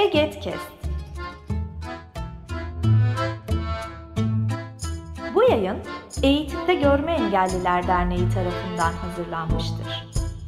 Egetkest. Bu yayın Eğitimde Görme Engelliler Derneği tarafından hazırlanmıştır.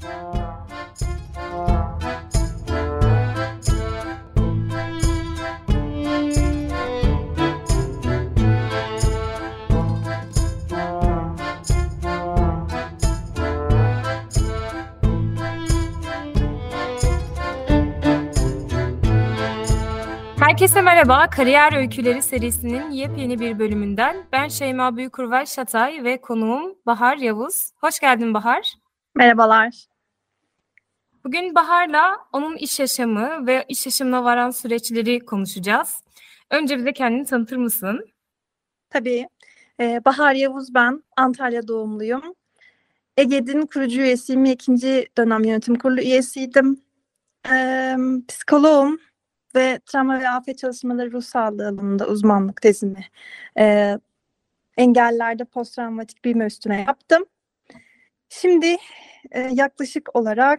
Herkese merhaba, Kariyer Öyküleri serisinin yepyeni bir bölümünden ben Şeyma Büyükurvay Şatay ve konuğum Bahar Yavuz. Hoş geldin Bahar. Merhabalar. Bugün Bahar'la onun iş yaşamı ve iş yaşamına varan süreçleri konuşacağız. Önce bize kendini tanıtır mısın? Tabii. Bahar Yavuz ben. Antalya doğumluyum. EGED'in kurucu üyesiyim. 2. dönem yönetim kurulu üyesiydim. Psikoloğum ve travma ve afet çalışmaları ruh sağlığı alanında uzmanlık tezimi engellilerde posttravmatik büyüme üstüne yaptım. Şimdi yaklaşık olarak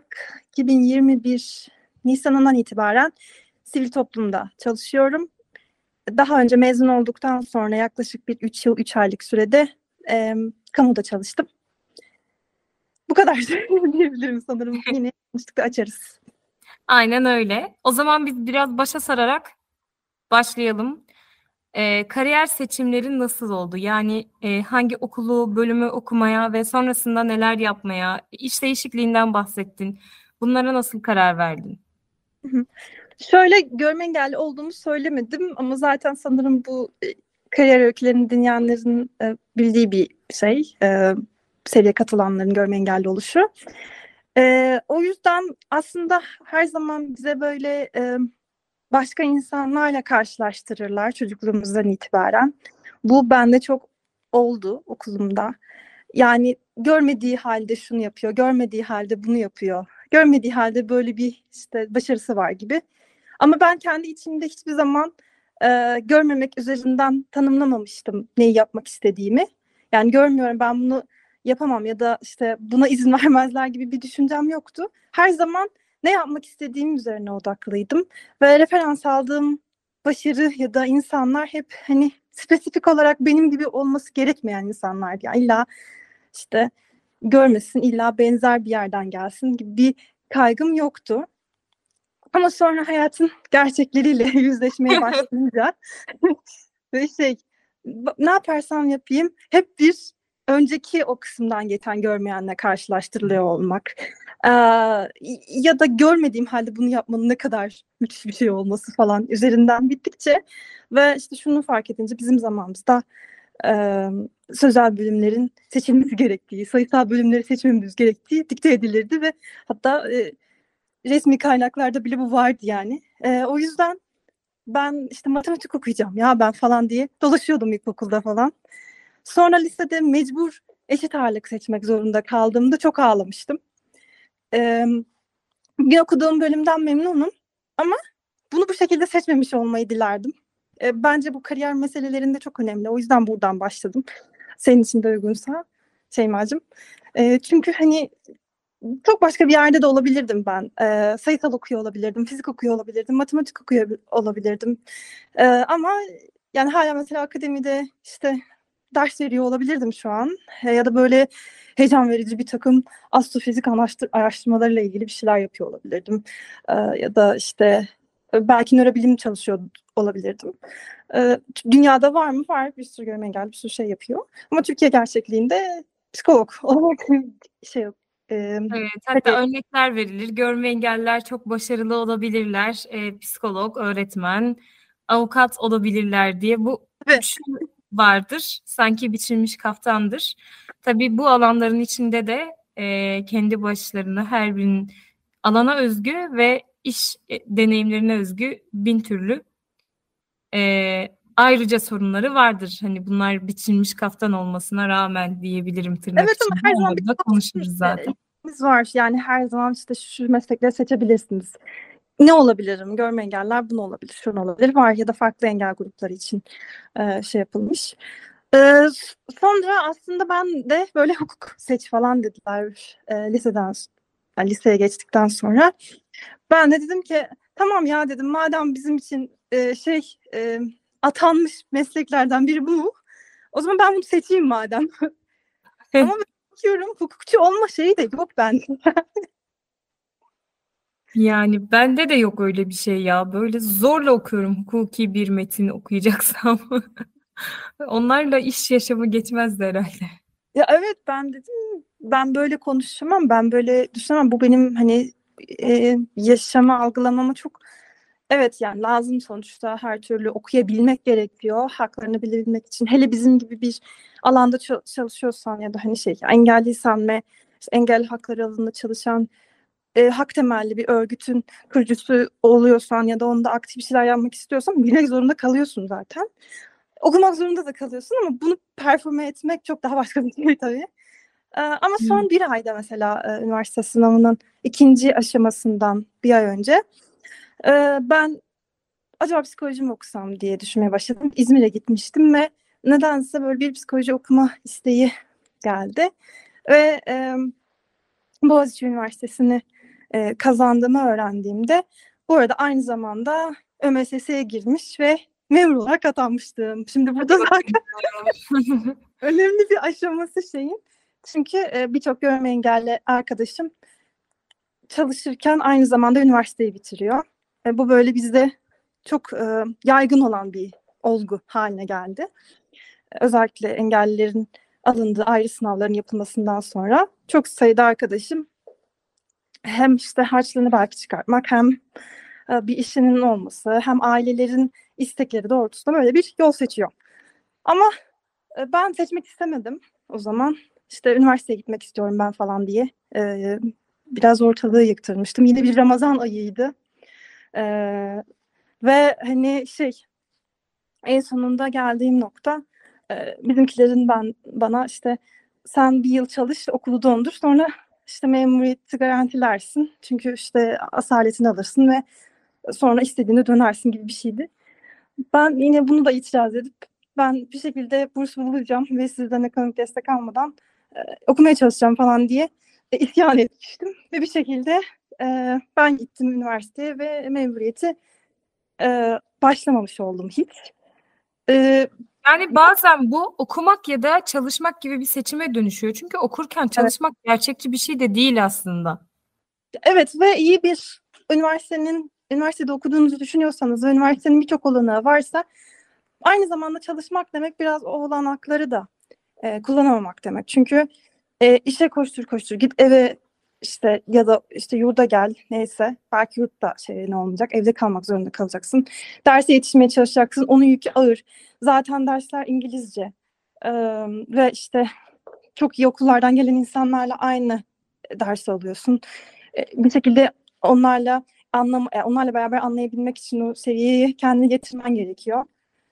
2021 Nisan'ından itibaren sivil toplumda çalışıyorum. Daha önce mezun olduktan sonra yaklaşık bir 3 yıl 3 aylık sürede kamuda çalıştım. Bu kadar diyebilirim sanırım. Yine konuştukça açarız. Aynen öyle. O zaman biz biraz başa sararak başlayalım. Kariyer seçimlerin nasıl oldu? Yani hangi okulu, bölümü okumaya ve sonrasında neler yapmaya, iş değişikliğinden bahsettin. Bunlara nasıl karar verdin? Şöyle görme engelli olduğumu söylemedim ama zaten sanırım bu kariyer öykülerini dinleyenlerin bildiği bir şey. Seriye katılanların görme engelli oluşu. O yüzden aslında her zaman bize böyle başka insanlarla karşılaştırırlar çocukluğumuzdan itibaren. Bu bende çok oldu okulumda. Yani görmediği halde şunu yapıyor, görmediği halde bunu yapıyor. Görmediği halde böyle bir işte başarısı var gibi. Ama ben kendi içimde hiçbir zaman görmemek üzerinden tanımlamamıştım neyi yapmak istediğimi. Yani görmüyorum, ben bunu yapamam ya da işte buna izin vermezler gibi bir düşüncem yoktu. Her zaman ne yapmak istediğim üzerine odaklıydım. Ve referans aldığım başarı ya da insanlar hep hani spesifik olarak benim gibi olması gerekmeyen insanlardı. Yani illa işte görmesin, illa benzer bir yerden gelsin gibi bir kaygım yoktu. Ama sonra hayatın gerçekleriyle yüzleşmeye başlayınca ve ne yaparsam yapayım hep bir önceki o kısımdan geçen görmeyenle karşılaştırılıyor olmak. Ya da görmediğim halde bunu yapmanın ne kadar müthiş bir şey olması falan üzerinden bittikçe ve işte şunu fark edince bizim zamanımızda sözel bölümlerin seçilmesi gerektiği, sayısal bölümleri seçmemiz gerektiği dikte edilirdi ve hatta resmi kaynaklarda bile bu vardı yani. O yüzden ben işte matematik okuyacağım ya ben falan diye dolaşıyordum ilkokulda falan. Sonra lisede mecbur eşit ağırlık seçmek zorunda kaldığımda çok ağlamıştım. Bir okuduğum bölümden memnunum ama bunu bu şekilde seçmemiş olmayı dilerdim. Bence bu kariyer meselelerinde çok önemli. O yüzden buradan başladım. Senin için de uygunsa Şeyma'cığım. Çünkü hani çok başka bir yerde de olabilirdim ben. Sayısal okuyor olabilirdim, fizik okuyor olabilirdim, matematik okuyor olabilirdim. Ama yani hala mesela akademide işte ders veriyor olabilirdim şu an. Ya da böyle heyecan verici bir takım astrofizik araştırmalarıyla ilgili bir şeyler yapıyor olabilirdim. Ya da işte belki nörobilim çalışıyor olabilirdim. Dünyada var mı? Var. Bir sürü görme engelli bir sürü şey yapıyor. Ama Türkiye gerçekliğinde psikolog olarak şey Evet, hatta örnekler verilir. Görme engelliler çok başarılı olabilirler. Psikolog, öğretmen, avukat olabilirler diye. Bu evet. üçü vardır. Sanki biçilmiş kaftandır. Tabii bu alanların içinde de kendi başlarına her birinin alana özgü ve iş deneyimlerine özgü bin türlü ayrıca sorunları vardır. Hani bunlar biçilmiş kaftan olmasına rağmen diyebilirim tırnak Evet ama içinde. her zaman Onları da konuşuruz zaten. var. Yani her zaman işte şu meslekleri seçebilirsiniz. Ne olabilirim? Görme engeller bunu olabilir, şunu olabilir. Var ya da farklı engel grupları için şey yapılmış. Sonra aslında ben de böyle hukuk seç falan dediler liseden, yani liseye geçtikten sonra. Ben de dedim ki tamam ya dedim, madem bizim için atanmış mesleklerden biri bu. O zaman ben bunu seçeyim madem. Ama ben bakıyorum, hukukçu olma şeyi de yok bende. Yani bende de yok öyle bir şey ya. Böyle zorla okuyorum hukuki bir metin okuyacaksam. Onlarla iş yaşamı geçmezdi herhalde. Ya evet, ben dedim, ben böyle konuşamam, ben böyle düşünemem. Bu benim hani yaşamı algılamama çok, evet yani lazım, sonuçta her türlü okuyabilmek gerekiyor haklarını bilebilmek için. Hele bizim gibi bir alanda çalışıyorsan ya da hani engelliysen ve işte engelli hakları alanında çalışan hak temelli bir örgütün kurucusu oluyorsan ya da onda aktif bir şeyler yapmak istiyorsan bilmek zorunda kalıyorsun zaten. Okumak zorunda da kalıyorsun ama bunu performe etmek çok daha başka bir şey tabii. Ama Hmm. son bir ayda mesela üniversite sınavının ikinci aşamasından bir ay önce ben acaba psikoloji mi okusam diye düşünmeye başladım. İzmir'e gitmiştim ve nedense böyle bir psikoloji okuma isteği geldi. Ve Boğaziçi Üniversitesi'ni kazandığımı öğrendiğimde, bu arada aynı zamanda ÖMSS'ye girmiş ve memur olarak atanmıştım. Şimdi burada zaten önemli bir aşaması şeyin. Çünkü birçok görme engelli arkadaşım çalışırken aynı zamanda üniversiteyi bitiriyor. Bu böyle bizde çok yaygın olan bir olgu haline geldi. Özellikle engellilerin alındığı ayrı sınavların yapılmasından sonra çok sayıda arkadaşım hem işte harçlığını belki çıkartmak, hem bir işinin olması, hem ailelerin istekleri doğrultusunda böyle bir yol seçiyor. Ama ben seçmek istemedim o zaman. İşte üniversiteye gitmek istiyorum ben falan diye biraz ortalığı yıktırmıştım. Yine bir Ramazan ayıydı. E, Ve hani en sonunda geldiğim nokta, bizimkilerin bana işte sen bir yıl çalış, okulu dondur, sonra işte memuriyeti garantilersin. Çünkü işte asaletini alırsın ve sonra istediğinde dönersin gibi bir şeydi. Ben yine bunu da itiraz edip, ben bir şekilde burs bulacağım ve sizden ekonomik destek almadan okumaya çalışacağım falan diye isyan etmiştim. Ve bir şekilde ben gittim üniversiteye ve memuriyeti başlamamış oldum hiç. E, Yani bazen bu okumak ya da çalışmak gibi bir seçime dönüşüyor. Çünkü okurken evet, çalışmak gerçekçi bir şey de değil aslında. evet ve iyi bir üniversitede okuduğunuzu düşünüyorsanız ve üniversitenin birçok olanağı varsa, aynı zamanda çalışmak demek biraz o olanakları da kullanamamak demek. Çünkü işe koştur koştur git, eve işte ya da işte yurda gel, neyse, belki yurtta ne olmayacak, evde kalmak zorunda kalacaksın. Derse yetişmeye çalışacaksın, onun yükü ağır. Zaten dersler İngilizce. E, Ve işte çok iyi okullardan gelen insanlarla aynı dersi alıyorsun. Bir şekilde onlarla beraber anlayabilmek için o seviyeyi kendine getirmen gerekiyor.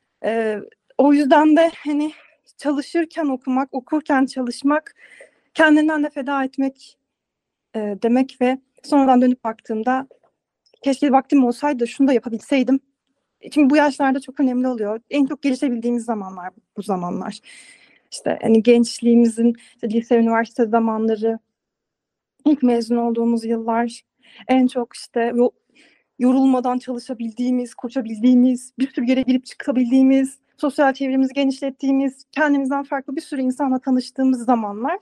O yüzden de hani çalışırken okumak, okurken çalışmak, kendinden de feda etmek demek ve sonradan dönüp baktığımda keşke vaktim olsaydı şunu da yapabilseydim. Çünkü bu yaşlarda çok önemli oluyor. En çok gelişebildiğimiz zamanlar bu zamanlar. İşte hani gençliğimizin işte lise, üniversite zamanları, ilk mezun olduğumuz yıllar, en çok işte yorulmadan çalışabildiğimiz, koşabildiğimiz, bir sürü yere girip çıkabildiğimiz, sosyal çevremizi genişlettiğimiz, kendimizden farklı bir sürü insanla tanıştığımız zamanlar.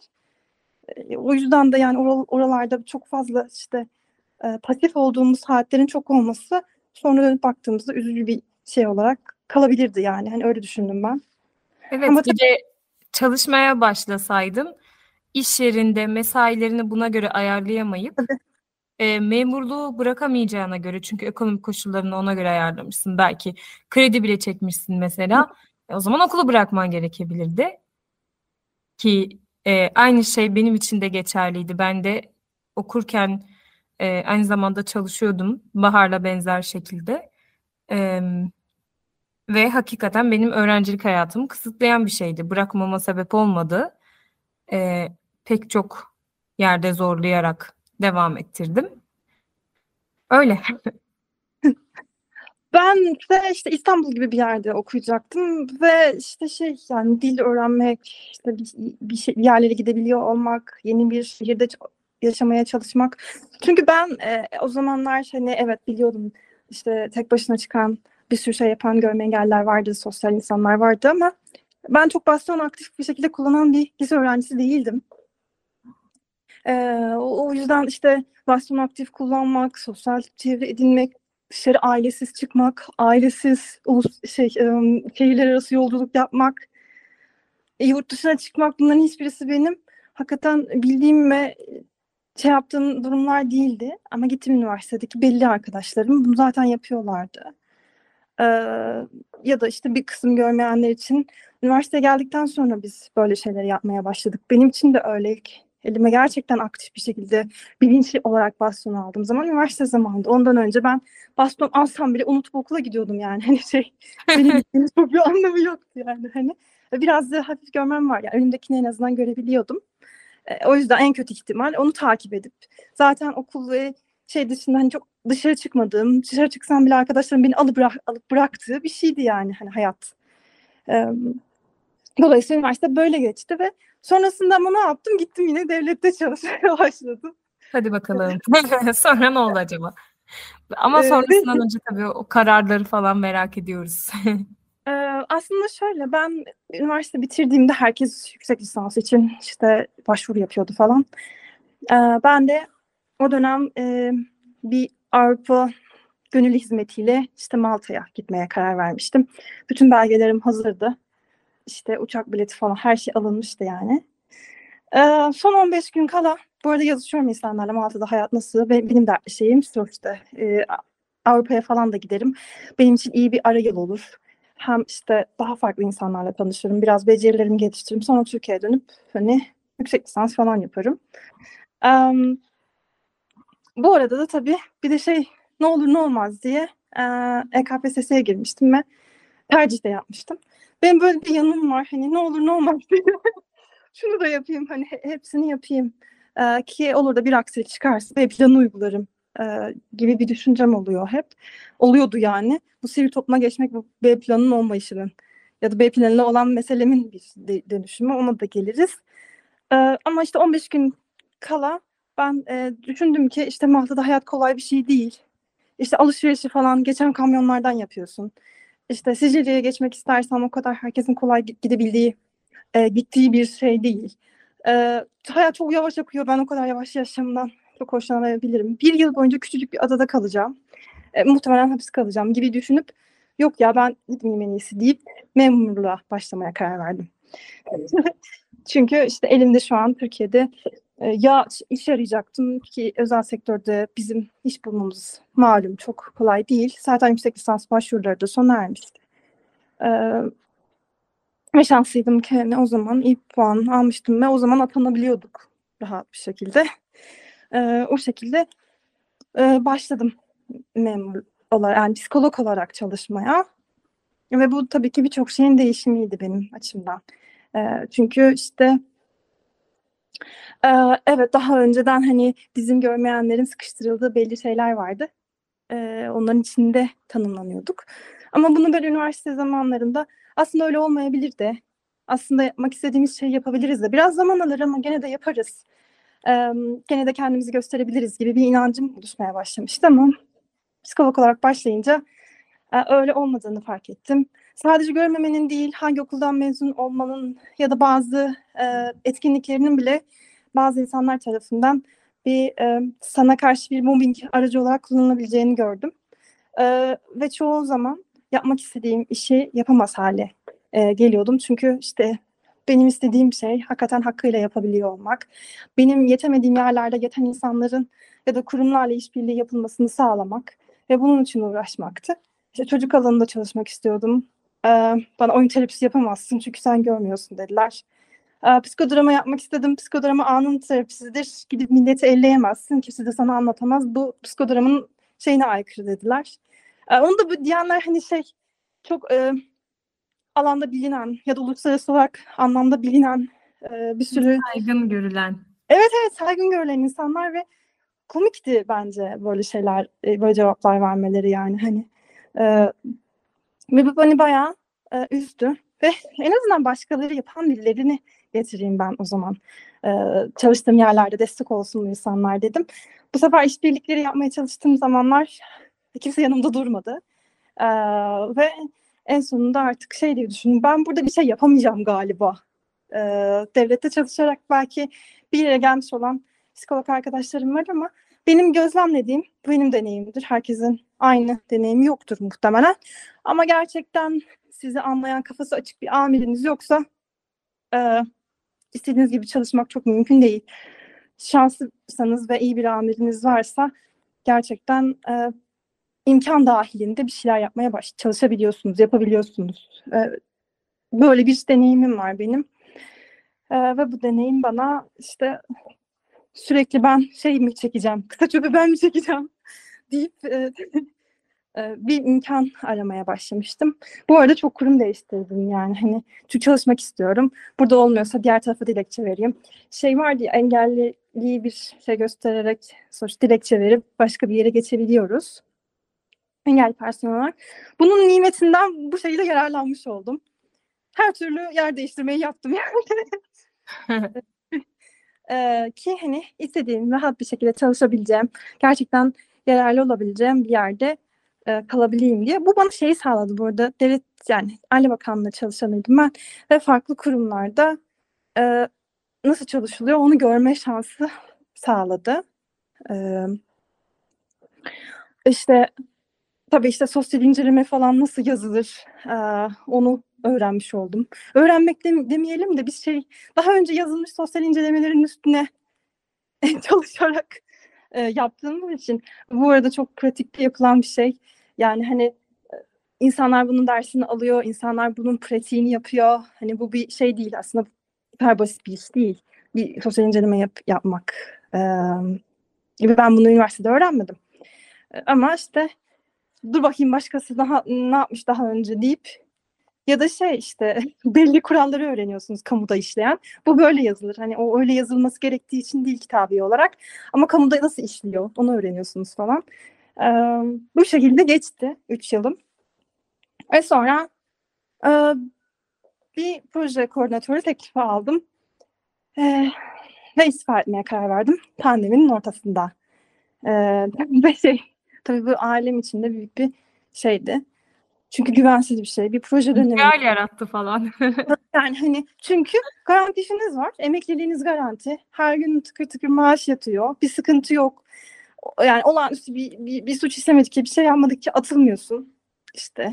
O yüzden de yani oralarda çok fazla işte pasif olduğumuz saatlerin çok olması sonra dönüp baktığımızda üzücü bir şey olarak kalabilirdi yani. Hani öyle düşündüm ben. Evet, Ama bir de çalışmaya başlasaydın iş yerinde mesailerini buna göre ayarlayamayıp tabii, memurluğu bırakamayacağına göre, çünkü ekonomik koşullarını ona göre ayarlamışsın. Belki kredi bile çekmişsin mesela. O zaman okulu bırakman gerekebilirdi. Ki aynı şey benim için de geçerliydi. Ben de okurken aynı zamanda çalışıyordum. Bahar'la benzer şekilde. E, Ve hakikaten benim öğrencilik hayatımı kısıtlayan bir şeydi. Bırakmama sebep olmadı. E, Pek çok yerde zorlayarak devam ettirdim. Öyle. ben de işte İstanbul gibi bir yerde okuyacaktım ve işte yani dil öğrenmek, işte bir yerlere gidebiliyor olmak, yeni bir şehirde yaşamaya çalışmak. Çünkü ben o zamanlar hani evet biliyordum, işte tek başına çıkan bir sürü şey yapan görme engelliler vardı, sosyal insanlar vardı ama ben çok baston aktif bir şekilde kullanan bir lise öğrencisi değildim. O yüzden işte baston aktif kullanmak, sosyal çevre edinmek, dışarı ailesiz çıkmak, ailesiz şehirler arası yolculuk yapmak, yurt dışına çıkmak, bunların hiçbirisi benim hakikaten bildiğim ve şey yaptığım durumlar değildi. Ama gittim üniversitedeki belli arkadaşlarım bunu zaten yapıyorlardı. Ee, Ya da işte bir kısım görmeyenler için üniversiteye geldikten sonra biz böyle şeyleri yapmaya başladık. Benim için de öyle ilk elime gerçekten aktif bir şekilde bilinçli olarak baston aldığım zaman üniversite zamanında. Ondan önce ben baston alsam bile unutup okula gidiyordum yani. Hani benim gittiğimin çok bir anlamı yoktu yani. Hani biraz da hafif görmem var. Yani önümdekini en azından görebiliyordum. O yüzden en kötü ihtimal onu takip edip zaten okul ve dışında hani çok dışarı çıkmadığım, dışarı çıksam bile arkadaşlarım beni alıp bıraktığı bir şeydi yani hani hayat. Ee, Dolayısıyla üniversite böyle geçti ve sonrasında ama ne yaptım? Gittim yine devlette çalışmaya başladım. Hadi bakalım. Sonra ne oldu acaba? Ama Ve sonrasından önce tabii o kararları falan merak ediyoruz. aslında şöyle, ben üniversite bitirdiğimde herkes yüksek lisans için işte başvuru yapıyordu falan. Ben de o dönem bir Avrupa gönüllü hizmetiyle işte Malta'ya gitmeye karar vermiştim. Bütün belgelerim hazırdı. İşte uçak bileti falan her şey alınmıştı yani. Son 15 gün kala, bu arada yazışıyorum insanlarla, Malta'da hayat nasıl? Benim dertli şeyim işte Avrupa'ya falan da giderim. Benim için iyi bir ara yıl olur. Hem işte daha farklı insanlarla tanışırım. Biraz becerilerimi geliştiririm. Sonra Türkiye'ye dönüp hani yüksek lisans falan yaparım. Bu arada da tabii bir de ne olur ne olmaz diye EKPSS'ye girmiştim ve tercih de yapmıştım. Benim böyle bir yanım var, hani ne olur ne olmaz diye şunu da yapayım, hani hepsini yapayım ki olur da bir aksilik çıkarsa B planı uygularım gibi bir düşüncem oluyor hep. Oluyordu yani. Bu sivil topluma geçmek bu B planının olmayışının ya da B planıyla olan meselemin bir dönüşümü, ona da geliriz. Ama işte 15 gün kala ben düşündüm ki işte Malta'da hayat kolay bir şey değil. İşte alışverişi falan geçen kamyonlardan yapıyorsun. İşte Sicilya'ya geçmek istersen o kadar herkesin kolay gidebildiği, gittiği bir şey değil. Hayat çok yavaş akıyor. Ben o kadar yavaş yaşamdan çok hoşlanabilirim. Bir yıl boyunca küçücük bir adada kalacağım. Muhtemelen hapis kalacağım gibi düşünüp yok ya ben gitmeyeyim en iyisi deyip memurluğa başlamaya karar verdim. Çünkü işte elimde şu an Türkiye'de ya iş arayacaktım ki özel sektörde bizim iş bulmamız malum çok kolay değil. Zaten yüksek lisans başvuruları da sona ermişti. Ve şanslıydım ki hani o zaman iyi puan almıştım ve o zaman atanabiliyorduk rahat bir şekilde. O şekilde başladım memur olarak, yani psikolog olarak çalışmaya. Ve bu tabii ki birçok şeyin değişimiydi benim açımdan. Çünkü işte evet, daha önceden hani bizim görmeyenlerin sıkıştırıldığı belli şeyler vardı. Onların içinde tanımlanıyorduk. Ama bunu böyle üniversite zamanlarında aslında öyle olmayabilir de. Aslında yapmak istediğimiz şeyi yapabiliriz de. Biraz zaman alır ama gene de yaparız. Gene de kendimizi gösterebiliriz gibi bir inancım oluşmaya başlamıştı ama psikolog olarak başlayınca öyle olmadığını fark ettim. Sadece görmemenin değil, hangi okuldan mezun olmanın ya da bazı etkinliklerinin bile bazı insanlar tarafından sana karşı bir mobbing aracı olarak kullanılabileceğini gördüm. Ve çoğu zaman yapmak istediğim işi yapamaz hale geliyordum. Çünkü işte benim istediğim şey hakikaten hakkıyla yapabiliyor olmak. Benim yetemediğim yerlerde yeten insanların ya da kurumlarla işbirliği yapılmasını sağlamak ve bunun için uğraşmaktı. İşte çocuk alanında çalışmak istiyordum. Bana oyun terapisi yapamazsın çünkü sen görmüyorsun dediler. Psikodrama yapmak istedim. Psikodrama anın terapisidir. Gidip milleti elleyemezsin. Kimse de sana anlatamaz. Bu psikodramın şeyine aykırı dediler. Onu da bu diyenler hani çok alanda bilinen ya da uluslararası olarak anlamda bilinen bir sürü Saygın görülen. evet saygın görülen insanlar ve komikti bence böyle şeyler, böyle cevaplar vermeleri yani hani ve bu beni bayağı üzdü ve en azından başkaları yapan birilerini getireyim ben o zaman. Çalıştığım yerlerde destek olsun bu insanlar dedim. Bu sefer işbirlikleri yapmaya çalıştığım zamanlar Kimse yanımda durmadı. Ve en sonunda artık şey diye düşündüm. Ben burada bir şey yapamayacağım galiba. Devlette çalışarak belki bir yere gelmiş olan psikolog arkadaşlarım var ama benim gözlemlediğim, benim deneyimimdir. Herkesin aynı deneyimi yoktur muhtemelen. Ama gerçekten sizi anlayan, kafası açık bir amiriniz yoksa istediğiniz gibi çalışmak çok mümkün değil. Şanslıysanız ve iyi bir amiriniz varsa gerçekten imkan dahilinde bir şeyler yapmaya çalışabiliyorsunuz, yapabiliyorsunuz. Böyle bir deneyimim var benim. Ve bu deneyim bana işte sürekli ben şey mi çekeceğim, kısa çöpü ben mi çekeceğim deyip bir imkan aramaya başlamıştım. Bu arada çok kurum değiştirdim yani. Hani çünkü çalışmak istiyorum. Burada olmuyorsa diğer tarafa dilekçe vereyim. Şey vardı ya, engelliliği bir şey göstererek sonuç dilekçe verip başka bir yere geçebiliyoruz. Engelli personel olarak. Bunun nimetinden bu şekilde yararlanmış oldum. Her türlü yer değiştirmeyi yaptım yani. Ki hani istediğim rahat bir şekilde çalışabileceğim, gerçekten yararlı olabileceğim bir yerde kalabileyim diye. Bu bana şeyi sağladı bu arada. Devlet yani Aile Bakanlığı çalışanıydım ben ve farklı kurumlarda nasıl çalışılıyor onu görme şansı sağladı. İşte tabii işte sosyal inceleme falan nasıl yazılır onu öğrenmiş oldum. Öğrenmek demeyelim de bir şey daha önce yazılmış sosyal incelemelerin üstüne çalışarak yaptığımız için bu arada çok pratikte yapılan bir şey. Yani hani insanlar bunun dersini alıyor, insanlar bunun pratiğini yapıyor. Hani bu bir şey değil aslında, bu kadar basit bir iş değil. Bir sosyal inceleme yapmak gibi ben bunu üniversitede öğrenmedim. Ama işte dur bakayım başkası daha ne yapmış daha önce deyip ya da şey işte belli kuralları öğreniyorsunuz kamuda işleyen. Bu böyle yazılır. Hani o öyle yazılması gerektiği için değil kitabi olarak. Ama kamuda nasıl işliyor onu öğreniyorsunuz falan. Bu şekilde geçti 3 yılım. Ve sonra bir proje koordinatörü teklifi aldım. Ve istifa etmeye karar verdim. Pandeminin ortasında. Ve şey tabii bu ailem için de büyük bir şeydi. Çünkü güvensiz bir şey. Bir proje dönemi. Ritüel yarattı falan. Yani hani çünkü garanti işiniz var. Emekliliğiniz garanti. Her gün tıkır tıkır maaş yatıyor. Bir sıkıntı yok. Yani olağanüstü bir suç işlemedik ki, bir şey yapmadık ki atılmıyorsun. İşte.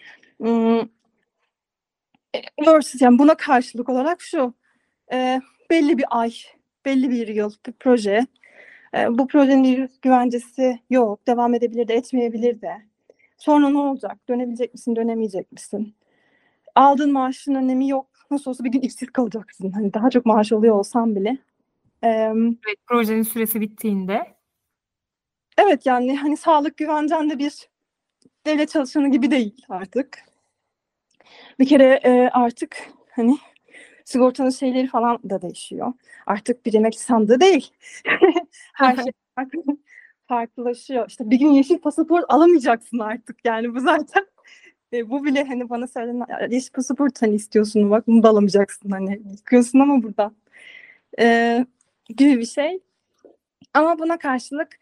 Versus yani buna karşılık olarak şu. Belli bir ay, belli bir yıl bir proje. Bu projenin bir güvencesi yok. Devam edebilir de etmeyebilir de. Sonra ne olacak? Dönebilecek misin, dönemeyecek misin? Aldığın maaşın önemi yok. Nasıl olsa bir gün işsiz kalacaksın. Hani daha çok maaş alıyor olsan bile. Evet, projenin süresi bittiğinde. Evet yani hani sağlık güvencen de bir devlet çalışanı gibi değil artık. Bir kere artık hani sigortanın şeyleri falan da değişiyor. Artık bir emekli sandığı değil. Her şey farklılaşıyor. İşte bir gün yeşil pasaport alamayacaksın artık. Yani bu zaten bu bile hani bana söylenen yeşil pasaport hani istiyorsun bak bunu da alamayacaksın hani yıkıyorsun ama burada gibi bir şey. Ama buna karşılık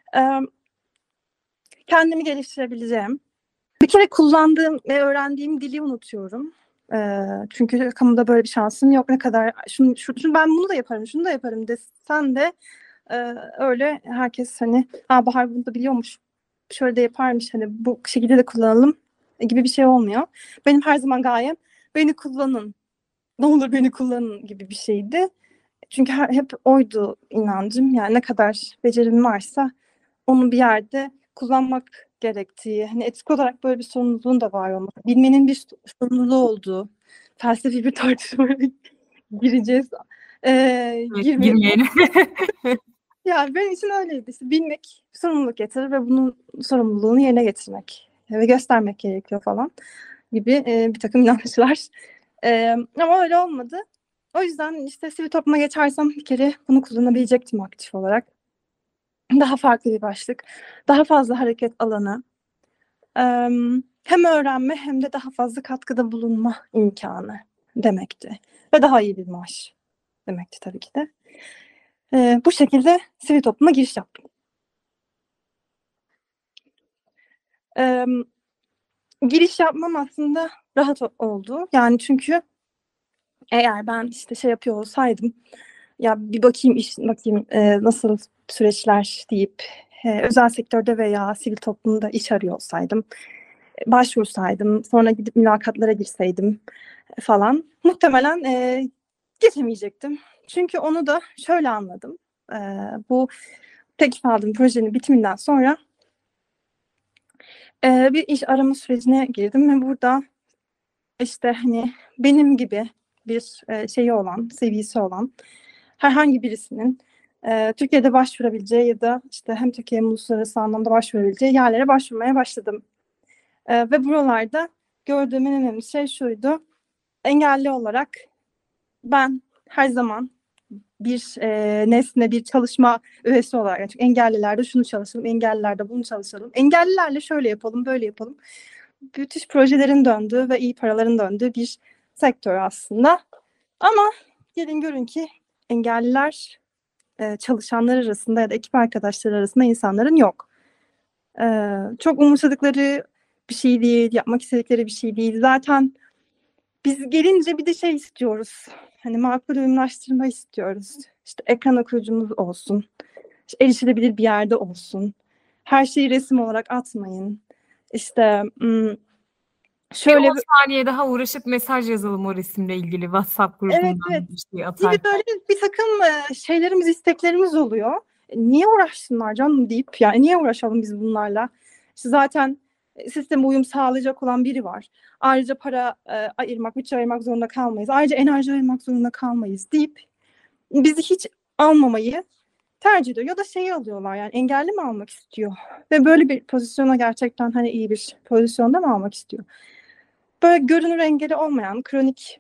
kendimi geliştirebileceğim. Bir kere kullandığım ve öğrendiğim dili unutuyorum. Çünkü kamuda böyle bir şansım yok. Ne kadar şunu ben bunu da yaparım, şunu da yaparım desen de öyle herkes hani Bahar bunu da biliyormuş, şöyle de yaparmış, hani bu şekilde de kullanalım gibi bir şey olmuyor. Benim her zaman gayem beni kullanın, ne olur beni kullanın gibi bir şeydi. Çünkü hep oydu inancım. Yani ne kadar becerim varsa onu bir yerde kullanmak gerektiği, hani etik olarak böyle bir sorumluluğun da var olması. Bilmenin bir sorumluluğu olduğu, felsefi bir tartışmaya gireceğiz. Evet, Girmeyelim. girmeyelim. Yani benim için öyleydi. İşte bilmek sorumluluk getirir ve bunun sorumluluğunu yerine getirmek ve göstermek gerekiyor falan gibi bir takım inançlar. Ama öyle olmadı. O yüzden işte sivil topluma geçersem bir kere bunu kullanabilecektim aktif olarak. Daha farklı bir başlık, daha fazla hareket alanı, hem öğrenme hem de daha fazla katkıda bulunma imkanı demekti. Ve daha iyi bir maaş demekti tabii ki de. Bu şekilde sivil topluma giriş yaptım. E, Giriş yapmam aslında rahat oldu. Yani çünkü eğer ben işte şey yapıyor olsaydım, ya bir bakayım bakayım nasıl süreçler deyip özel sektörde veya sivil toplumda iş arıyor olsaydım, başvursaydım, sonra gidip mülakatlara girseydim falan, muhtemelen geçemeyecektim. Çünkü onu da şöyle anladım. E, Bu teklif aldığım projenin bitiminden sonra bir iş arama sürecine girdim ve burada işte hani benim gibi bir şeyi olan, seviyesi olan herhangi birisinin Türkiye'de başvurabileceği ya da işte hem Türkiye hem uluslararası anlamda başvurabileceği yerlere başvurmaya başladım. Ve buralarda gördüğüm en önemli şey şuydu: engelli olarak ben her zaman bir nesne, bir çalışma üyesi olarak, yani çünkü engellilerde şunu çalışalım, engellilerde bunu çalışalım, engellilerle şöyle yapalım, böyle yapalım. Müthiş projelerin döndüğü ve iyi paraların döndüğü bir sektör aslında. Ama gelin görün ki engelliler çalışanlar arasında ya da ekip arkadaşları arasında insanların yok. Çok umursadıkları bir şey değil, yapmak istedikleri bir şey değil. Zaten biz gelince bir de şey istiyoruz. Hani makul uyumlaştırma istiyoruz. İşte ekran okuyucumuz olsun. İşte erişilebilir bir yerde olsun. Her şeyi resim olarak atmayın. İşte Bir 10 şöyle saniye daha uğraşıp mesaj yazalım o resimle ilgili WhatsApp evet, grubundan evet bir şey gibi atar. böyle bir takım şeylerimiz, isteklerimiz oluyor. Niye uğraşsınlar canım deyip, yani niye uğraşalım biz bunlarla? İşte zaten sisteme uyum sağlayacak olan biri var. Ayrıca para ayırmak, bütçe ayırmak zorunda kalmayız. Ayrıca enerji ayırmak zorunda kalmayız deyip bizi hiç almamayı tercih ediyor. Ya da şeyi alıyorlar, yani engelli mi almak istiyor? Ve böyle bir pozisyona gerçekten hani iyi bir pozisyonda mı almak istiyor? Böyle görünür engeli olmayan, kronik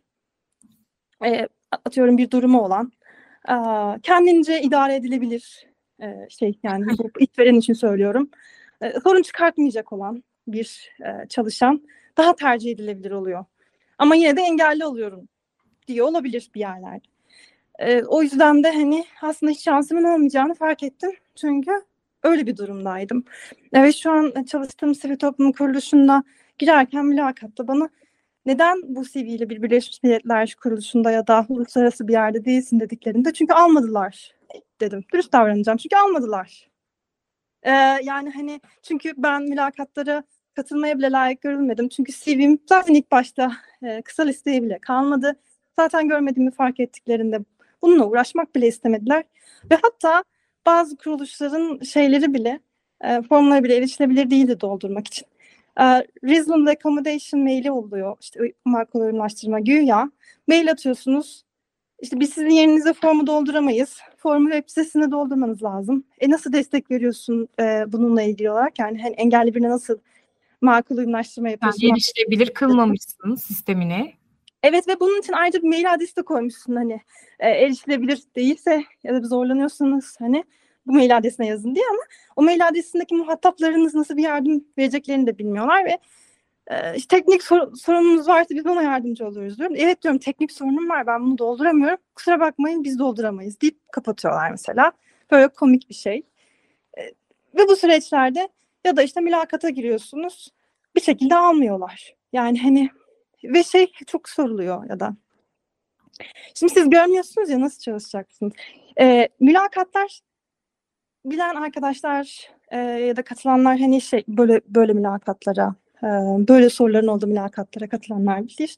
atıyorum bir durumu olan, kendince idare edilebilir şey, yani bu işveren için söylüyorum. Sorun çıkartmayacak olan bir çalışan daha tercih edilebilir oluyor. Ama yine de engelli oluyorum diye olabilir bir yerlerde. O yüzden de hani aslında hiç şansımın olmayacağını fark ettim. Çünkü öyle bir durumdaydım. Evet, şu an çalıştığım sivil toplum kuruluşunda girerken mülakatta bana neden bu CV'yle bir Birleşmiş Milletler Kuruluşu'nda ya da uluslararası bir yerde değilsin dediklerinde, çünkü almadılar dedim. Dürüst davranacağım, çünkü almadılar. Yani hani çünkü ben mülakatlara katılmaya bile layık görülmedim. Çünkü CV'm zaten ilk başta kısa listeye bile kalmadı. Zaten görmediğimi fark ettiklerinde bununla uğraşmak bile istemediler. Ve hatta bazı kuruluşların şeyleri bile, formları bile erişilebilir değildi doldurmak için. Reasonable accommodation maili oluyor. İşte makul uyumlaştırma güya. Mail atıyorsunuz. İşte biz sizin yerinize formu dolduramayız. Formu web sitesinde doldurmanız lazım. Nasıl destek veriyorsun bununla ilgili olarak? Yani hani engelli birine nasıl makul uyumlaştırma yapıyorsun? Yani erişilebilir kılmamışsın sistemine. Evet, ve bunun için ayrıca bir mail adresi de koymuşsun, hani erişilebilir değilse ya da sorunlanıyorsanız hani bu mail adresine yazın diye, ama o mail adresindeki muhataplarınız nasıl bir yardım vereceklerini de bilmiyorlar ve işte teknik sorunumuz varsa biz ona yardımcı oluyoruz diyorum. Evet diyorum, teknik sorunum var, ben bunu dolduramıyorum. Kusura bakmayın, biz dolduramayız deyip kapatıyorlar mesela. Böyle komik bir şey. Ve bu süreçlerde ya da işte mülakata giriyorsunuz, bir şekilde almıyorlar. Yani hani ve şey çok soruluyor ya da. Şimdi siz görmüyorsunuz ya, nasıl çalışacaksınız? Mülakatlar, bilen arkadaşlar ya da katılanlar hani şey böyle mülakatlara, böyle soruların olduğu mülakatlara katılanlar bilir.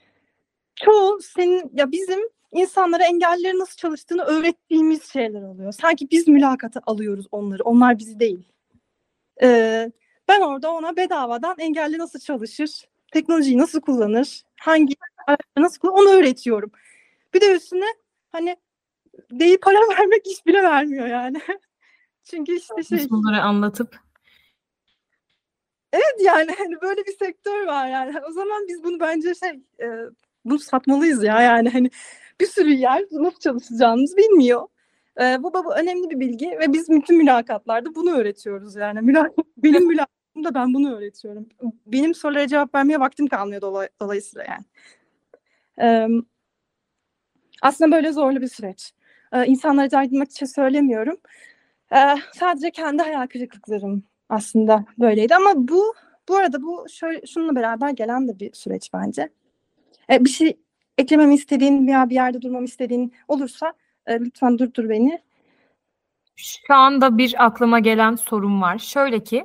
Çoğu senin ya bizim insanlara engellilerin nasıl çalıştığını öğrettiğimiz şeyler oluyor. Sanki biz mülakata alıyoruz onları, onlar bizi değil. Ben orada ona bedavadan engelli nasıl çalışır, teknolojiyi nasıl kullanır, hangi araçları nasıl kullanır, onu öğretiyorum. Bir de üstüne hani değil para vermek iş bile vermiyor yani. Çünkü işte şey, Bunları anlatıp evet yani hani böyle bir sektör var yani. O zaman biz bunu bence bunu satmalıyız ya, yani hani bir sürü yer nasıl çalışacağımızı bilmiyor. Bu önemli bir bilgi ve biz bütün mülakatlarda bunu öğretiyoruz yani. Benim mülakatımda ben bunu öğretiyorum. Benim sorulara cevap vermeye vaktim kalmıyor dolayısıyla yani. Aslında böyle zorlu bir süreç. İnsanlara caydırmak için söylemiyorum. Sadece kendi hayal kırıklıklarım aslında böyleydi ama bu arada bu şöyle şununla beraber gelen de bir süreç bence. Bir şey eklememi istediğin veya bir yerde durmamı istediğin olursa lütfen durdur beni. Şu anda bir aklıma gelen sorun var. Şöyle ki,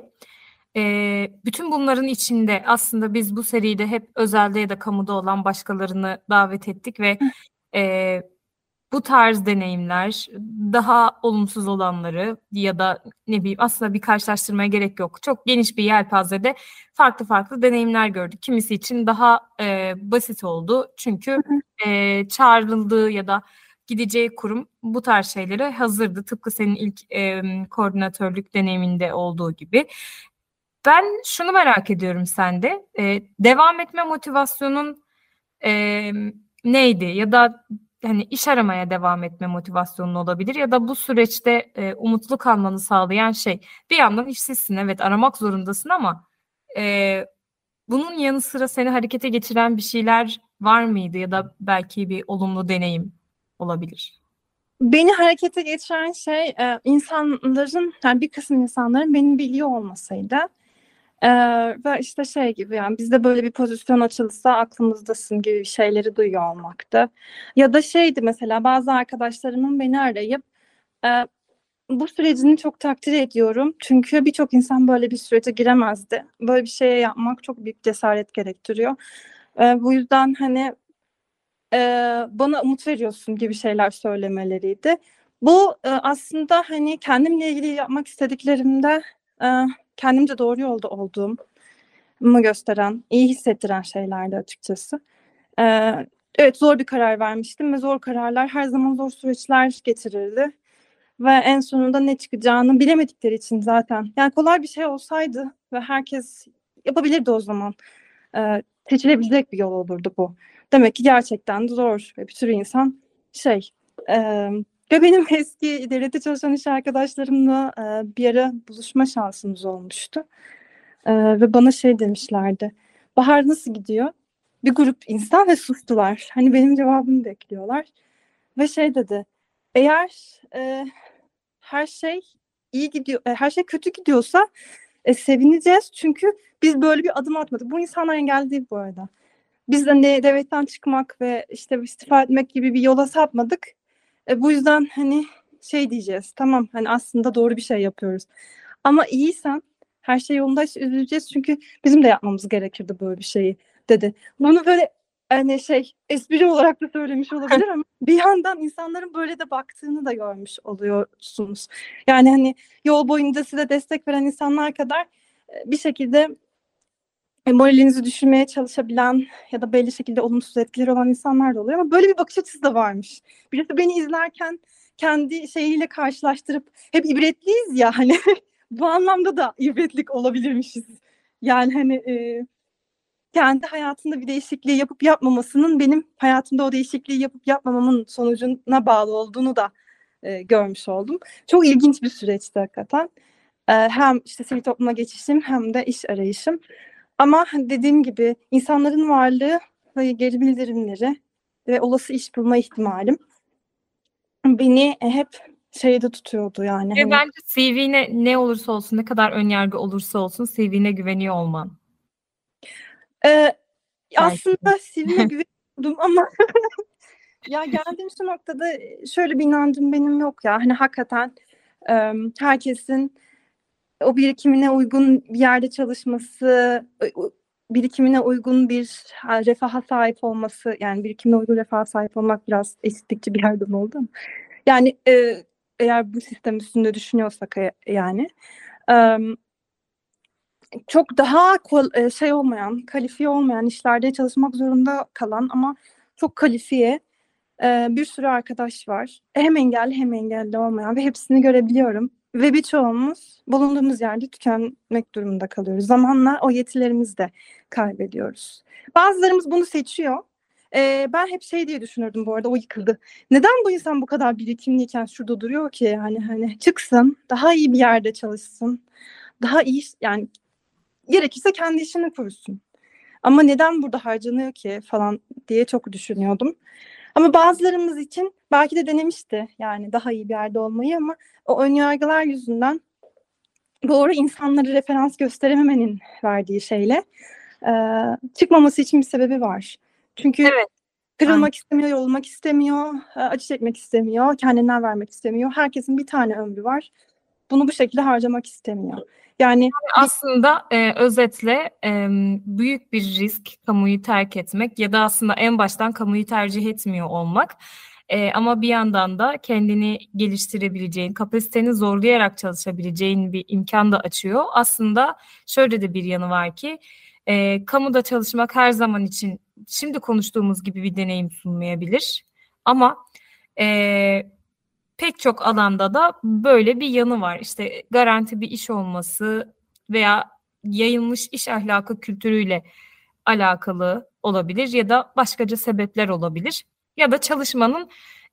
bütün bunların içinde aslında biz bu seride hep özelde ya da kamuda olan başkalarını davet ettik ve bu tarz deneyimler, daha olumsuz olanları ya da ne bileyim aslında bir karşılaştırmaya gerek yok. Çok geniş bir yelpazede farklı farklı deneyimler gördük. Kimisi için daha basit oldu. Çünkü çağrıldığı ya da gideceği kurum bu tarz şeylere hazırdı. Tıpkı senin ilk koordinatörlük deneyiminde olduğu gibi. Ben şunu merak ediyorum sende. Devam etme motivasyonun neydi? Ya da hani iş aramaya devam etme motivasyonun olabilir ya da bu süreçte umutlu kalmanı sağlayan şey. Bir yandan işsizsin, evet, aramak zorundasın ama bunun yanı sıra seni harekete geçiren bir şeyler var mıydı ya da belki bir olumlu deneyim olabilir. Beni harekete geçiren şey insanların, yani bir kısım insanların beni biliyor olmasıydı. Ve işte şey gibi, yani bizde böyle bir pozisyon açılsa aklımızdasın gibi şeyleri duyuyor olmaktı. Ya da şeydi, mesela bazı arkadaşlarımın beni arayıp e, bu sürecini çok takdir ediyorum. Çünkü birçok insan böyle bir sürece giremezdi. Böyle bir şeye yapmak çok büyük cesaret gerektiriyor. Bu yüzden hani e, bana umut veriyorsun gibi şeyler söylemeleriydi. Bu aslında hani kendimle ilgili yapmak istediklerimde kendimce doğru yolda olduğumu gösteren, iyi hissettiren şeylerdi açıkçası. Evet, zor bir karar vermiştim ve zor kararlar her zaman zor süreçler getirirdi. Ve en sonunda ne çıkacağını bilemedikleri için zaten. Yani kolay bir şey olsaydı ve herkes yapabilirdi o zaman. Seçilebilecek bir yol olurdu bu. Demek ki gerçekten de zor ve bir sürü insan şey. E, Ve benim eski devlette çalışan iş arkadaşlarımla bir ara buluşma şansımız olmuştu. Ve bana şey demişlerdi. Bahar nasıl gidiyor? Bir grup insan ve sustular. Hani benim cevabımı bekliyorlar. Ve şey dedi. Eğer her şey iyi gidiyor, her şey kötü gidiyorsa sevineceğiz. Çünkü biz böyle bir adım atmadık. Bu insanlar engelli değil bu arada. Biz de devletten çıkmak ve işte istifa etmek gibi bir yola sapmadık. Bu yüzden hani şey diyeceğiz. Tamam, hani aslında doğru bir şey yapıyoruz. Ama iyiysen, her şey yolundaysa üzüleceğiz. Çünkü bizim de yapmamız gerekirdi böyle bir şeyi, dedi. Bunu böyle hani şey espri olarak da söylemiş olabilir ama bir yandan insanların böyle de baktığını da görmüş oluyorsunuz. Yani hani yol boyunca size destek veren insanlar kadar bir şekilde moralinizi düşürmeye çalışabilen ya da belli şekilde olumsuz etkileri olan insanlar da oluyor ama böyle bir bakış açısı da varmış. Birisi beni izlerken kendi şeyiyle karşılaştırıp hep ibretliyiz ya hani bu anlamda da ibretlik olabilirmişiz. Yani hani kendi hayatında bir değişikliği yapıp yapmamasının benim hayatımda o değişikliği yapıp yapmamamın sonucuna bağlı olduğunu da görmüş oldum. Çok ilginç bir süreçti hakikaten. Hem işte sivil topluma geçişim hem de iş arayışım. Ama dediğim gibi insanların varlığı ve geri bildirimleri ve olası iş bulma ihtimalim beni hep şeyde tutuyordu yani. Ve Hani, bence CV'ne ne olursa olsun, ne kadar önyargı olursa olsun CV'ne güveniyor olman. e, Belki de. aslında CV'me güveniyordum ama ya geldiğim şu noktada şöyle bir inancım benim yok ya. Hani hakikaten herkesin o birikimine uygun bir yerde çalışması, birikimine uygun bir refaha sahip olması, yani birikimine uygun refaha sahip olmak biraz eşitlikçi bir yerden oldu ama. Yani eğer bu sistem üstünde düşünüyorsak yani çok daha şey olmayan, kalifiye olmayan işlerde çalışmak zorunda kalan ama çok kalifiye bir sürü arkadaş var. Hem engelli hem engelli olmayan ve hepsini görebiliyorum. Ve birçoğumuz bulunduğumuz yerde tükenmek durumunda kalıyoruz. Zamanla o yetilerimizi de kaybediyoruz. Bazılarımız bunu seçiyor. Ben hep şey diye düşünürdüm bu arada, o yıkıldı. Neden bu insan bu kadar birikimliyken şurada duruyor ki? Yani hani çıksın, daha iyi bir yerde çalışsın. Daha iyi, yani gerekirse kendi işini kursun. Ama neden burada harcanıyor ki falan diye çok düşünüyordum. Ama bazılarımız için belki de denemişti yani daha iyi bir yerde olmayı ama o önyargılar yüzünden doğru insanları referans gösterememenin verdiği şeyle çıkmaması için bir sebebi var. Çünkü Evet. kırılmak istemiyor, yorulmak istemiyor, acı çekmek istemiyor, kendinden vermek istemiyor. Herkesin bir tane ömrü var. Bunu bu şekilde harcamak istemiyor. Yani Aslında özetle büyük bir risk kamuyu terk etmek ya da aslında en baştan kamuyu tercih etmiyor olmak. Ama bir yandan da kendini geliştirebileceğin, kapasiteni zorlayarak çalışabileceğin bir imkan da açıyor. Aslında şöyle de bir yanı var ki kamuda çalışmak her zaman için şimdi konuştuğumuz gibi bir deneyim sunmayabilir. Ama pek çok alanda da böyle bir yanı var. İşte garanti bir iş olması veya yayılmış iş ahlakı kültürüyle alakalı olabilir ya da başkaca sebepler olabilir. Ya da çalışmanın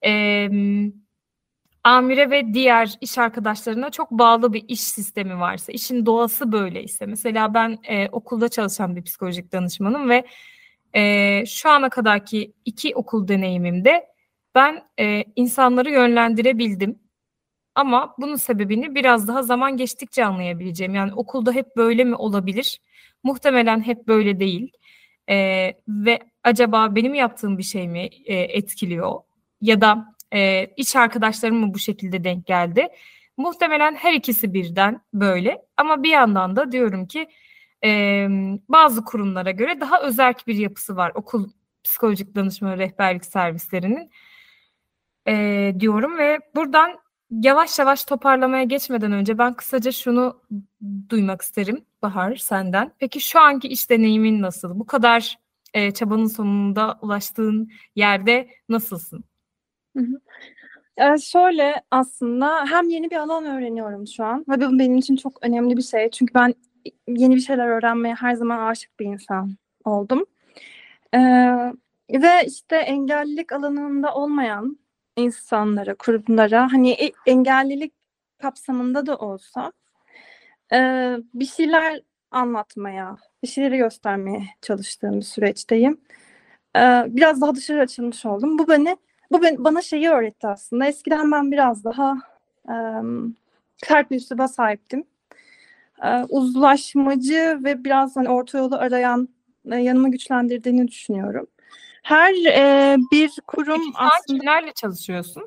amire ve diğer iş arkadaşlarına çok bağlı bir iş sistemi varsa, işin doğası böyleyse. Mesela ben okulda çalışan bir psikolojik danışmanım ve şu ana kadarki 2 okul deneyimimde ben insanları yönlendirebildim. Ama bunun sebebini biraz daha zaman geçtikçe anlayabileceğim. Yani okulda hep böyle mi olabilir? Muhtemelen hep böyle değil. Ve acaba benim yaptığım bir şey mi etkiliyor? Ya da iş arkadaşlarım mı bu şekilde denk geldi? Muhtemelen her ikisi birden böyle. Ama bir yandan da diyorum ki bazı kurumlara göre daha özerk bir yapısı var okul psikolojik danışma rehberlik servislerinin diyorum ve buradan yavaş yavaş toparlamaya geçmeden önce ben kısaca şunu duymak isterim Bahar senden. Peki şu anki iş deneyimin nasıl? Bu kadar çabanın sonunda ulaştığın yerde nasılsın? Hı hı. Şöyle aslında hem yeni bir alan öğreniyorum şu an ve bu benim için çok önemli bir şey. Çünkü ben yeni bir şeyler öğrenmeye her zaman aşık bir insan oldum. Ee, Ve işte engellilik alanında olmayan insanlara, kurumlara hani engellilik kapsamında da olsa bir şeyler anlatmaya, bir şeyleri göstermeye çalıştığım bir süreçteyim. Biraz daha dışarı açılmış oldum. Bana şeyi öğretti aslında. Eskiden ben biraz daha sert bir üsluba sahiptim. Uzlaşmacı ve biraz hani orta yolu arayan yanımı güçlendirdiğini düşünüyorum. Her bir kurum Peki şu an aslında kimlerle çalışıyorsun?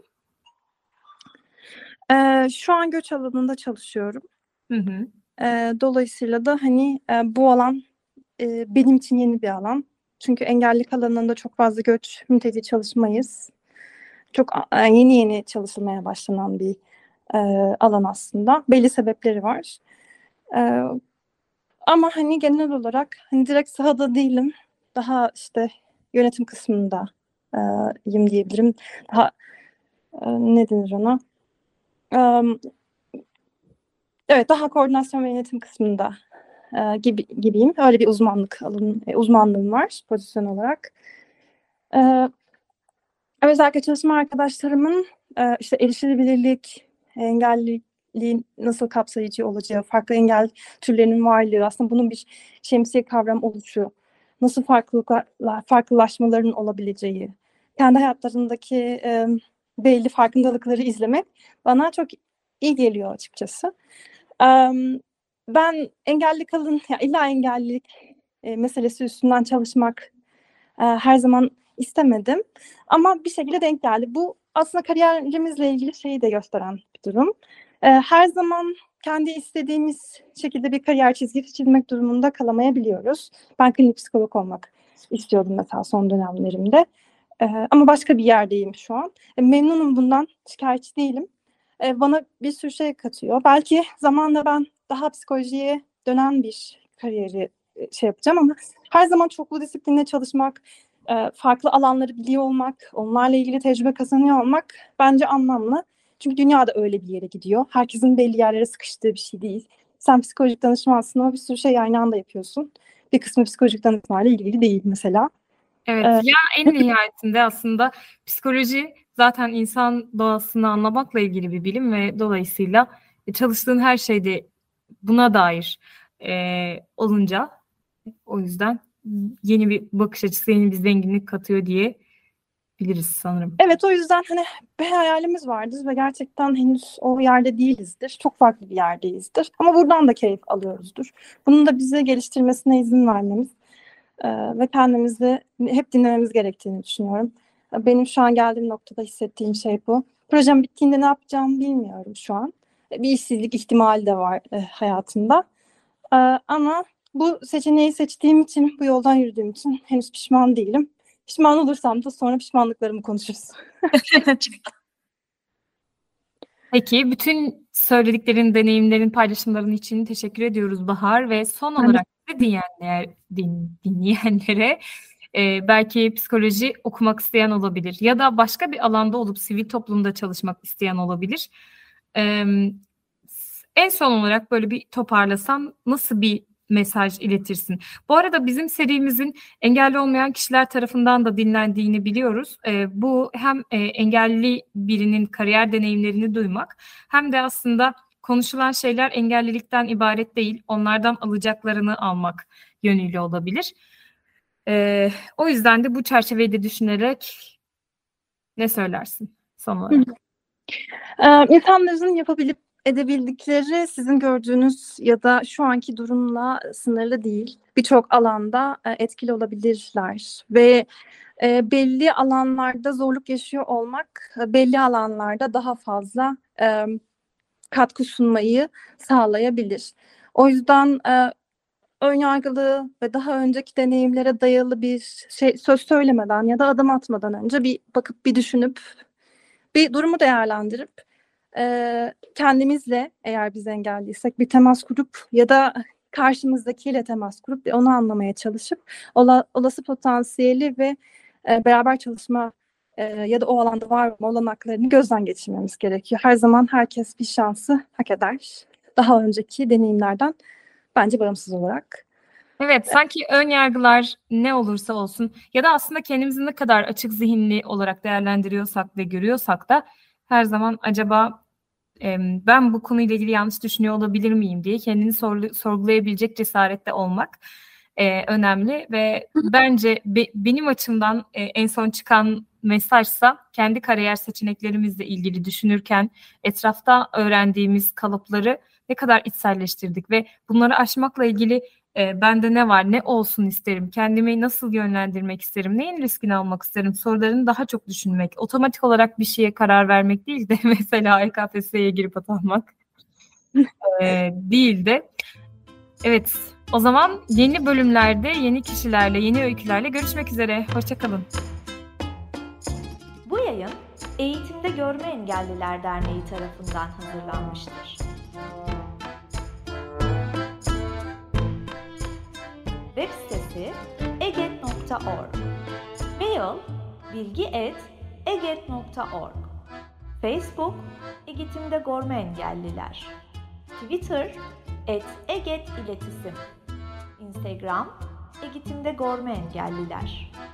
şu an göç alanında çalışıyorum. Hı hı. Dolayısıyla da hani bu alan benim için yeni bir alan. Çünkü engellilik alanında çok fazla göç, mülteci çalışmayız. Çok yeni yeni çalışılmaya başlanan bir e, alan aslında. Belli sebepleri var. E, Ama hani genel olarak hani direkt sahada değilim. Daha işte yönetim kısmında yim diyebilirim. Daha ne denir ona? E, evet, daha koordinasyon ve yönetim kısmında gibiyim. Öyle bir uzmanlığım var pozisyon olarak. E, Özellikle çalışma arkadaşlarımın işte erişilebilirlik, engelliliğin nasıl kapsayıcı olacağı, farklı engel türlerinin varlığı, aslında bunun bir şemsiye kavram oluşu, nasıl farklılaşmaların olabileceği, kendi hayatlarındaki belli farkındalıkları izlemek bana çok iyi geliyor açıkçası. Ben engelli kalın, ya illa engellilik meselesi üstünden çalışmak her zaman istemedim. Ama bir şekilde denk geldi. Bu aslında kariyerimizle ilgili şeyi de gösteren bir durum. Her zaman kendi istediğimiz şekilde bir kariyer çizgisi çizmek durumunda kalamayabiliyoruz. Ben klinik psikolog olmak istiyordum mesela son dönemlerimde. Ama başka bir yerdeyim şu an. Memnunum bundan, şikayetçi değilim. Bana bir sürü şey katıyor. Belki zamanla ben daha psikolojiye dönen bir kariyeri şey yapacağım ama her zaman çoklu disiplinle çalışmak, farklı alanları biliyor olmak, onlarla ilgili tecrübe kazanıyor olmak bence anlamlı. Çünkü dünya da öyle bir yere gidiyor. Herkesin belli yerlere sıkıştığı bir şey değil. Sen psikolojik danışmansın ama bir sürü şey aynı anda yapıyorsun. Bir kısmı psikolojik danışmayla ilgili değil mesela. Evet, Ee, ya en nihayetinde aslında psikoloji zaten insan doğasını anlamakla ilgili bir bilim ve dolayısıyla çalıştığın her şeyde buna dair olunca o yüzden yeni bir bakış açısı, yeni bir zenginlik katıyor diye biliriz sanırım. Evet, o yüzden hani bir hayalimiz vardır ve gerçekten henüz o yerde değilizdir. Çok farklı bir yerdeyizdir. Ama buradan da keyif alıyoruzdur. Bunun da bizi geliştirmesine izin vermemiz ve kendimizi hep dinlememiz gerektiğini düşünüyorum. Benim şu an geldiğim noktada hissettiğim şey bu. Projem bittiğinde ne yapacağımı bilmiyorum şu an. Bir işsizlik ihtimali de var hayatımda. Ama bu seçeneği seçtiğim için, bu yoldan yürüdüğüm için henüz pişman değilim. Pişman olursam da sonra pişmanlıklarımı konuşuruz. Peki, bütün söylediklerin, deneyimlerin, paylaşımların için teşekkür ediyoruz Bahar ve son Ben de- olarak da dinleyenlere belki psikoloji okumak isteyen olabilir ya da başka bir alanda olup sivil toplumda çalışmak isteyen olabilir. E, En son olarak böyle bir toparlasam nasıl bir mesaj iletirsin? Bu arada bizim serimizin engelli olmayan kişiler tarafından da dinlendiğini biliyoruz. Bu hem engelli birinin kariyer deneyimlerini duymak hem de aslında konuşulan şeyler engellilikten ibaret değil, onlardan alacaklarını almak yönüyle olabilir. O yüzden de bu çerçeveyi de düşünerek ne söylersin son olarak? İnsanların yapabilip edebildikleri sizin gördüğünüz ya da şu anki durumla sınırlı değil. Birçok alanda etkili olabilirler ve belli alanlarda zorluk yaşıyor olmak belli alanlarda daha fazla katkı sunmayı sağlayabilir. O yüzden önyargılı ve daha önceki deneyimlere dayalı bir söz söylemeden ya da adım atmadan önce bir bakıp bir düşünüp bir durumu değerlendirip kendimizle, eğer biz engelliysek, bir temas kurup ya da karşımızdakiyle temas kurup onu anlamaya çalışıp olası potansiyeli ve beraber çalışma ya da o alanda var olma olanaklarını gözden geçirmemiz gerekiyor. Her zaman herkes bir şansı hak eder. Daha önceki deneyimlerden bence bağımsız olarak. Evet, sanki ön yargılar ne olursa olsun ya da aslında kendimizi ne kadar açık zihinli olarak değerlendiriyorsak ve görüyorsak da her zaman acaba ben bu konuyla ilgili yanlış düşünüyor olabilir miyim diye kendini sorgulayabilecek cesarette olmak önemli ve bence benim açımdan en son çıkan mesajsa kendi kariyer seçeneklerimizle ilgili düşünürken etrafta öğrendiğimiz kalıpları ne kadar içselleştirdik ve bunları aşmakla ilgili bende ne var, ne olsun isterim, kendimi nasıl yönlendirmek isterim, neyin riskini almak isterim sorularını daha çok düşünmek, otomatik olarak bir şeye karar vermek değil de mesela YKPSS'ye girip atanmak değil de. Evet, o zaman yeni bölümlerde, yeni kişilerle, yeni öykülerle görüşmek üzere. Hoşça kalın. Bu yayın Eğitimde Görme Engelliler Derneği tarafından hazırlanmıştır. Web sitesi eget.org. Mail bilgi@eget.org. Facebook Eğitimde Görme Engelliler. Twitter @eget iletisim. Instagram Eğitimde Görme Engelliler.